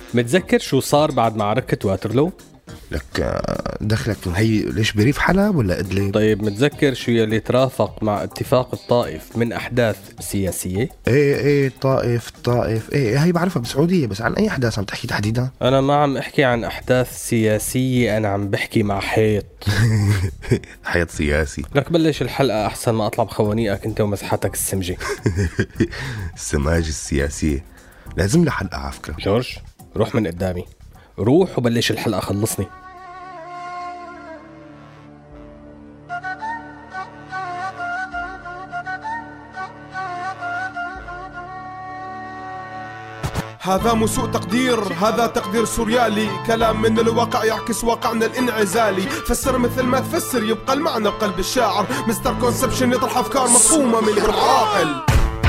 متذكر شو صار بعد معركة واترلو؟ لك دخلك هي ليش بريف حلب ولا إدلب؟ طيب متذكر شو يلي ترافق مع اتفاق الطائف من أحداث سياسية؟ ايه طائف ايه هي بعرفها بالسعودية، بس عن أي أحداث عم تحكي تحديدا؟ أنا ما عم أحكي عن أحداث سياسية، أنا عم بحكي مع حيط. حيط سياسي. لك بلش الحلقة أحسن ما أطلع بخوانيقك أنت ومسحتك السمجة. السماجة السياسية لازم لها حلقة على فكرة. جورج روح من قدامي، روح وبلش الحلقة، خلصني. هذا مو سوء تقدير، هذا تقدير سوريالي، كلام من الواقع يعكس واقعنا الانعزالي. فسر مثل ما تفسر يبقى المعنى بقلب الشاعر. مستر كونسبشن يطرح افكار مفهومة من العاقل.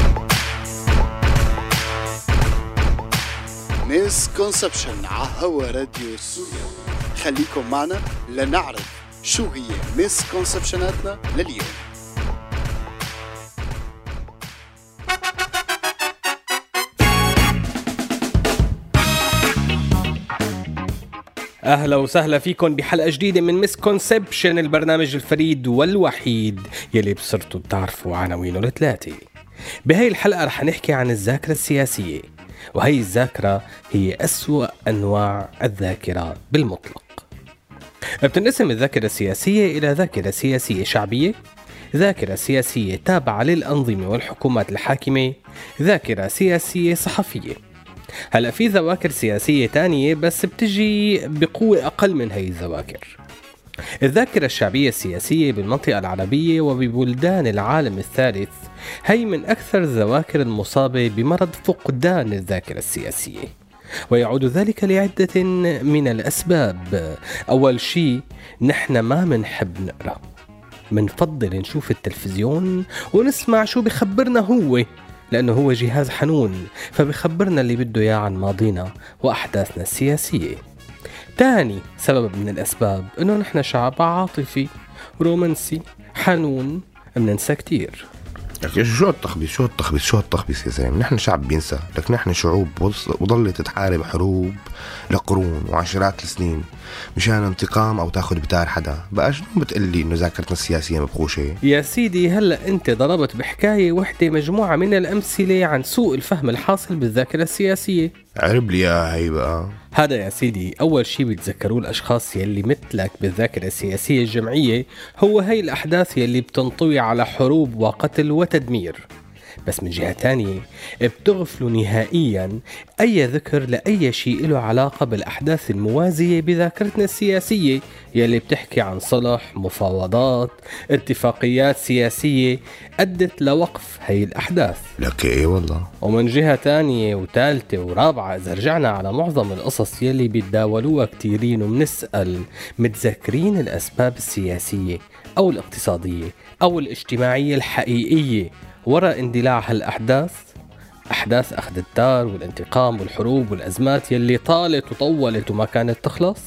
ميس كونسبشن على هوا راديو سوريا. خليكم معنا لنعرف شو هي ميس كونسبشناتنا لليوم. أهلا وسهلا فيكم بحلقة جديدة من ميس كونسبشن، البرنامج الفريد والوحيد يلي بصرتوا بتعرفوا عناوينه الثلاثة. بهاي الحلقة رح نحكي عن الذاكرة السياسية، وهي الذاكرة هي أسوأ أنواع الذاكرة بالمطلق. بتنقسم الذاكرة السياسية إلى ذاكرة سياسية شعبية، ذاكرة سياسية تابعة للأنظمة والحكومات الحاكمة، ذاكرة سياسية صحفية. هلأ في ذواكر سياسية تانية بس بتجي بقوة أقل من هاي الذواكر. الذاكرة الشعبية السياسية بالمنطقة العربية وببلدان العالم الثالث هي من أكثر الذواكر المصابة بمرض فقدان الذاكرة السياسية، ويعود ذلك لعدة من الأسباب. أول شيء، نحن ما منحب نقرأ، منفضل نشوف التلفزيون ونسمع شو بخبرنا هو، لأنه هو جهاز حنون فبخبرنا اللي بده إياه عن ماضينا وأحداثنا السياسية. تاني سبب من الأسباب إنه نحن شعب عاطفي رومانسي حنون، مننسى كتير. لك شو التخبيص يا زلمة؟ نحن شعب بينسى. لك نحن شعوب وظلت تحارب حروب لقرون وعشرات السنين مشان انتقام او تاخذ بتار حدا. بقى شنو بتقلي انه ذاكرتنا السياسية مبخوشة؟ يا سيدي هلأ انت ضربت بحكاية وحدة مجموعة من الأمثلة عن سوء الفهم الحاصل بالذاكرة السياسية. عرب لي يا هي بقى. هذا يا سيدي أول شيء بيتذكروه الأشخاص يلي مثلك بالذاكرة السياسية الجمعية هو هاي الأحداث يلي بتنطوي على حروب وقتل وتدمير. بس من جهة تانية بتغفلوا نهائيا أي ذكر لأي شيء له علاقة بالأحداث الموازية بذاكرتنا السياسية يلي بتحكي عن صلح، مفاوضات، اتفاقيات سياسية أدت لوقف هاي الأحداث. لك إيه والله. ومن جهة تانية وثالثة ورابعة إذا رجعنا على معظم القصص يلي بيتداولوها كتيرين ومنسأل متذكرين الأسباب السياسية أو الاقتصادية أو الاجتماعية الحقيقية وراء اندلاع هالأحداث؟ أحداث أخذ الدار والانتقام والحروب والأزمات يلي طالت وطولت وما كانت تخلص؟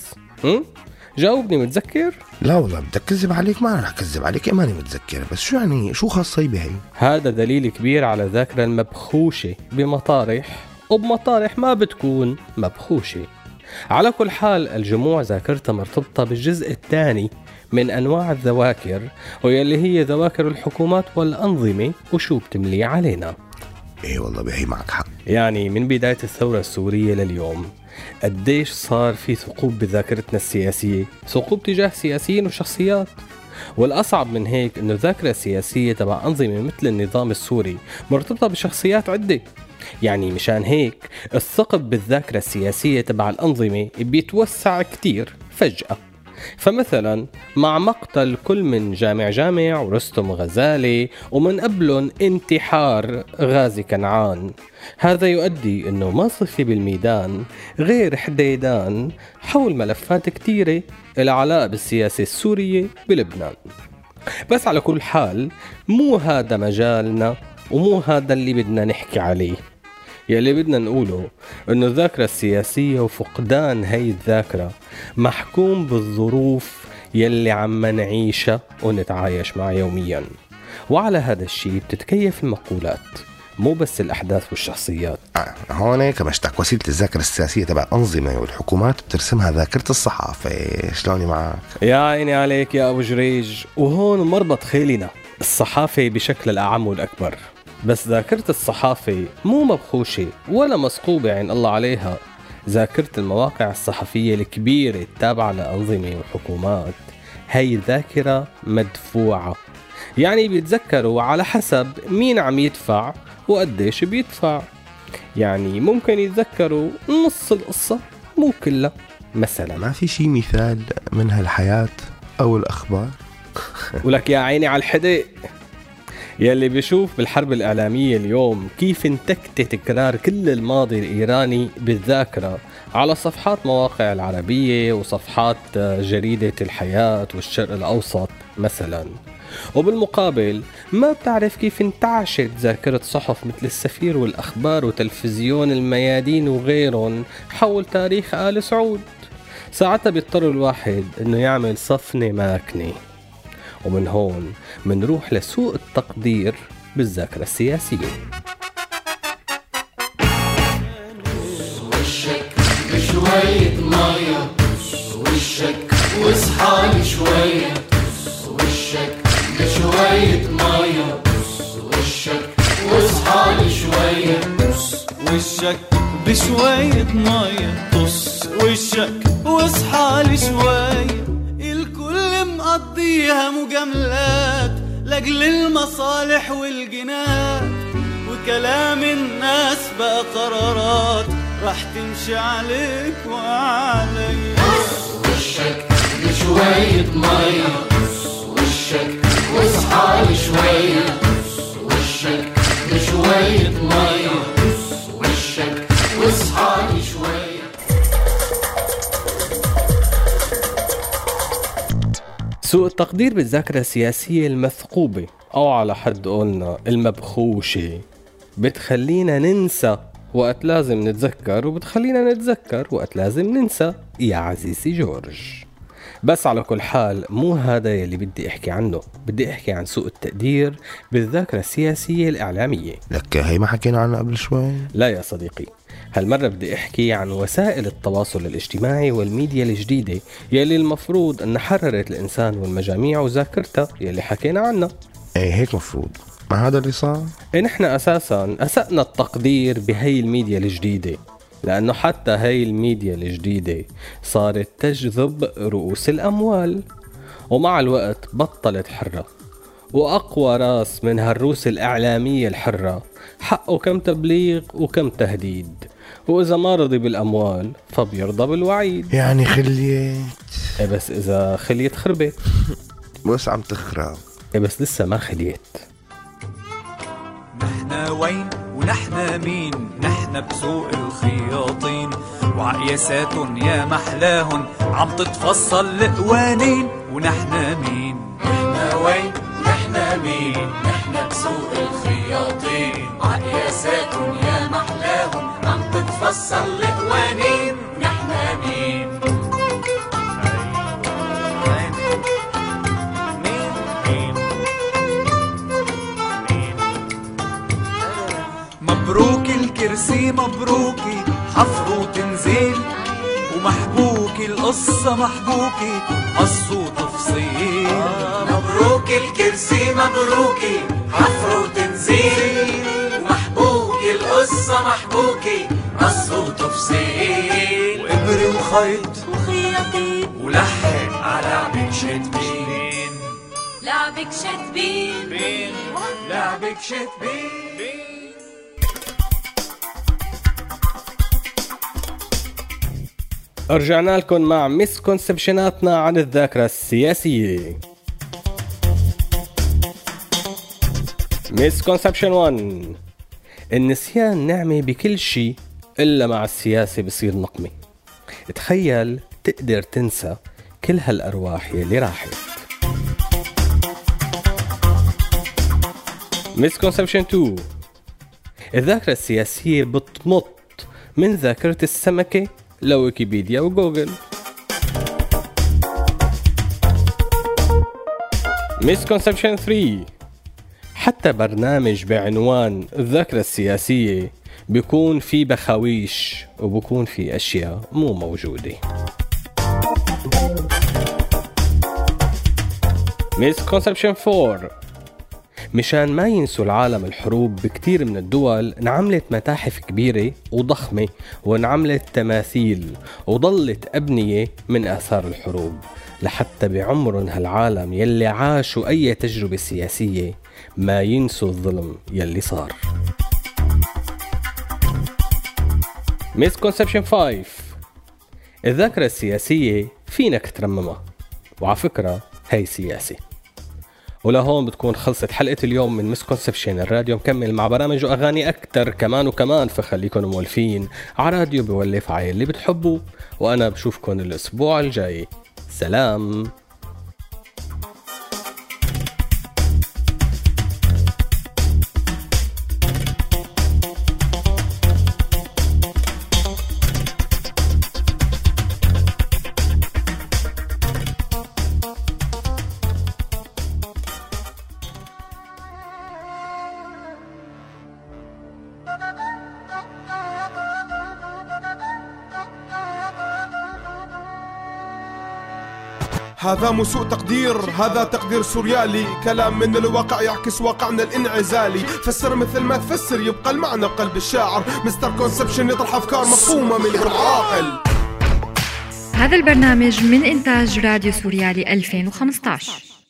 جاوبني، متذكر؟ لا والله بدك كذب عليك. ما أنا رح كذب عليك، ماني متذكر. بس شو يعني شو خاصة بهي؟ هذا دليل كبير على الذاكرة المبخوشة بمطارح وبمطارح ما بتكون مبخوشة. على كل حال الجموع ذاكرتها مرتبطة بالجزء الثاني من أنواع الذواكر، ويلي هي ذواكر الحكومات والأنظمة وشو بتملي علينا. إيه والله بهي معك حق. يعني من بداية الثورة السورية لليوم قديش صار في ثقوب بذاكرتنا السياسية، ثقوب تجاه سياسيين وشخصيات. والأصعب من هيك إنه الذاكرة السياسية تبع أنظمة مثل النظام السوري مرتبطة بشخصيات عدة. يعني مشان هيك الثقب بالذاكرة السياسية تبع الأنظمة بيتوسع كتير فجأة. فمثلا مع مقتل كل من جامع ورستم غزالي ومن قبلهم انتحار غازي كنعان، هذا يؤدي انه ما صفي بالميدان غير حديدان حول ملفات كتيرة العلاقة بالسياسة السورية بلبنان. بس على كل حال مو هذا مجالنا ومو هذا اللي بدنا نحكي عليه. يلي بدنا نقوله انه الذاكرة السياسية وفقدان هاي الذاكرة محكوم بالظروف يلي عم نعيشها ونتعايش معها يوميا. وعلى هذا الشيء بتتكيف المقولات مو بس الأحداث والشخصيات. هون كمشتك وسيلة الذاكرة السياسية تبع الأنظمة والحكومات بترسمها ذاكرة الصحافة. شلوني معك؟ يا عيني عليك يا أبو جريج. وهون مربط خيلنا الصحافة بشكل الأعم والأكبر. بس ذاكرة الصحافة مو مبخوشة ولا مسقوبة عين الله عليها. ذاكرة المواقع الصحفية الكبيرة التابعة لأنظمة وحكومات هاي ذاكرة مدفوعة، يعني بيتذكروا على حسب مين عم يدفع وقديش بيدفع. يعني ممكن يتذكروا نص القصة مو كلها مثلا. ما في شي مثال من هالحياة أو الأخبار؟ ولك يا عيني على الحدق يلي بيشوف بالحرب الإعلامية اليوم كيف انتكت تكرار كل الماضي الإيراني بالذاكرة على صفحات مواقع العربية وصفحات جريدة الحياة والشرق الأوسط مثلا. وبالمقابل ما بتعرف كيف انتعشت ذاكرة صحف مثل السفير والأخبار وتلفزيون الميادين وغيرهم حول تاريخ آل سعود. ساعتها بيضطر الواحد انه يعمل صفنة ماكنة. ومن هون منروح لسوء التقدير بالذاكرة السياسية. وشك بشوية مية، وشك واصحى شوية، وشك بشوية مية، وشك واصحى شوية، وشك بشوية مية، طص وشك واصحى شوية. الكل مقضيها مجاملات لاجل المصالح والجنات، وكلام الناس بقى قرارات راح تمشي عليك وعليك. وشك بشوية مية، وشك واصحى شوية، وشك بشوية مية، وشك واصحى شوية. سوء التقدير بالذاكرة السياسية المثقوبة أو على حد قولنا المبخوشة بتخلينا ننسى وقت لازم نتذكر، وبتخلينا نتذكر وقت لازم ننسى يا عزيزي جورج. بس على كل حال مو هذا يلي بدي احكي عنه. بدي احكي عن سوء التقدير بالذاكرة السياسية الإعلامية. لك هي ما حكينا عنها قبل شوي؟ لا يا صديقي، هالمرة بدي احكي عن وسائل التواصل الاجتماعي والميديا الجديدة يلي المفروض ان حررت الانسان والمجاميع وذاكرتها يلي حكينا عنها. ايه هيك مفروض. ما هذا اللي صار؟ نحن اساسا اسأنا التقدير بهي الميديا الجديدة، لأنه حتى هاي الميديا الجديدة صارت تجذب رؤوس الأموال، ومع الوقت بطلت حرة. وأقوى راس من هالروس الإعلامية الحرة حقه كم تبليغ وكم تهديد، وإذا ما رضي بالأموال فبيرضى بالوعيد. يعني خليت بس إذا خليت خربت. بس عم تخرب. بس لسه ما خليت. نحنا وين ونحنا مين؟ نحنا بسوق الخياطين، وعقياساتن يا محلاهن عم تتفصل القوانين. ونحنا مين؟ نحنا وين نحنا مين؟ نحنا بسوق الخياطين، عقياساتن يا محلاهن عم تتفصل القوانين. نحنا مين؟ مبروك الكرسي مبروكي، حفر وتنزيل، ومحبوكي القصة محبوكي، قص وتفصيل. مبروك الكرسي مبروكي، حفر وتنزيل، ومحبوكي القصة محبوكي، قص وتفصيل. وإبري وخيط وخياطين، ولحق على لعبك شتبين، لعبك شتبين، بين لعبك شتبين. رجعنا لكم مع مسكونسبشناتنا عن الذاكرة السياسية. مسكونسبشن 1: النسيان نعمة بكل شيء إلا مع السياسة بصير نقمة. تخيل تقدر تنسى كل هالأرواح يلي راحت. مسكونسبشن 2: الذاكرة السياسية بتمط من ذاكرة السمكة لويكيبيديا وجوجل. مسكونسبشن 3: حتى برنامج بعنوان الذاكرة السياسية بيكون في بخاويش وبيكون في أشياء مو موجودة. Misconception 4. مشان ما ينسوا العالم الحروب، بكتير من الدول انعملت متاحف كبيرة وضخمة وانعملت تماثيل وضلت أبنية من آثار الحروب، لحتى بعمرن هالعالم يلي عاشوا أي تجربة سياسية ما ينسوا الظلم يلي صار. Misconception 5. الذاكرة السياسية فينك ترممها، وعلى فكرة هاي سياسي. ولهون بتكون خلصت حلقة اليوم من مسكونسبشن. الراديو مكمل مع برامج وأغاني أكتر كمان فخليكن مولفين على راديو بولف عاي اللي بتحبوا، وأنا بشوفكن الأسبوع الجاي. سلام. هذا مو سوء تقدير، هذا تقدير سوريالي، كلام من الواقع يعكس واقعنا الانعزالي. فسر مثل ما تفسر، يبقى المعنى بقلب الشاعر. مستر كونسبشن يطرح أفكار مفهومة من العاقل. هذا البرنامج من إنتاج راديو سوريالي 2015.